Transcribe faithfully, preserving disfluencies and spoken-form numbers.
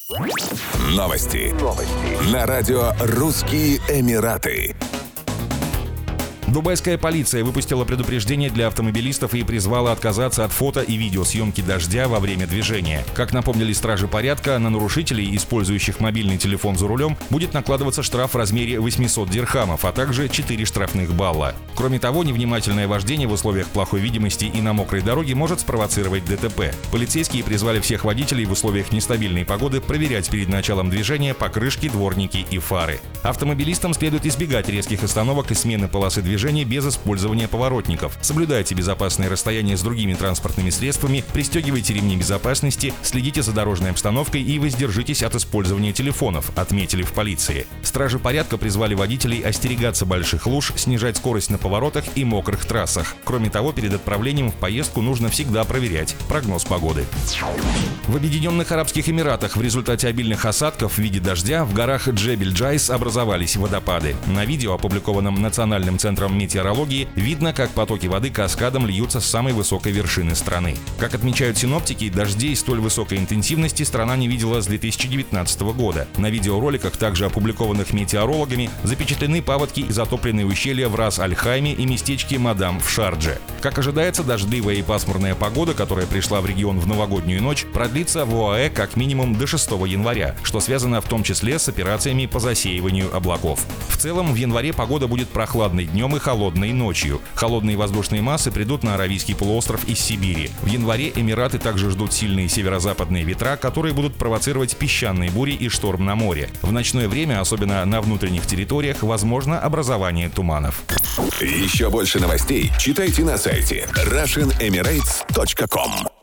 Новости. Новости. На радио «Русские Эмираты». Дубайская полиция выпустила предупреждение для автомобилистов и призвала отказаться от фото и видеосъемки дождя во время движения. Как напомнили стражи порядка, на нарушителей, использующих мобильный телефон за рулем, будет накладываться штраф в размере восемьсот дирхамов, а также четыре штрафных балла. Кроме того, невнимательное вождение в условиях плохой видимости и на мокрой дороге может спровоцировать ДТП. Полицейские призвали всех водителей в условиях нестабильной погоды проверять перед началом движения покрышки, дворники и фары. Автомобилистам следует избегать резких остановок и смены полосы движения без использования поворотников. Соблюдайте безопасное расстояние с другими транспортными средствами, пристегивайте ремни безопасности, следите за дорожной обстановкой и воздержитесь от использования телефонов, отметили в полиции. Стражи порядка призвали водителей остерегаться больших луж, снижать скорость на поворотах и мокрых трассах. Кроме того, перед отправлением в поездку нужно всегда проверять прогноз погоды. В Объединенных Арабских Эмиратах в результате обильных осадков в виде дождя в горах Джебель-Джайс образовались водопады. На видео, опубликованном Национальным центром метеорологии, видно, как потоки воды каскадом льются с самой высокой вершины страны. Как отмечают синоптики, дождей столь высокой интенсивности страна не видела с две тысячи девятнадцатого года. На видеороликах, также опубликованных метеорологами, запечатлены паводки и затопленные ущелья в Рас-Аль-Хайме и местечке Мадам в Шардже. Как ожидается, дождливая и пасмурная погода, которая пришла в регион в новогоднюю ночь, продлится в ОАЭ как минимум до шестого января, что связано в том числе с операциями по засеиванию облаков. В целом, в январе погода будет прохладной днем и холодной ночью. Холодные воздушные массы придут на Аравийский полуостров из Сибири. В январе Эмираты также ждут сильные северо-западные ветра, которые будут провоцировать песчаные бури и шторм на море. В ночное время, особенно на внутренних территориях, возможно образование туманов. Еще больше новостей читайте на сайте Russian Emirates точка ком.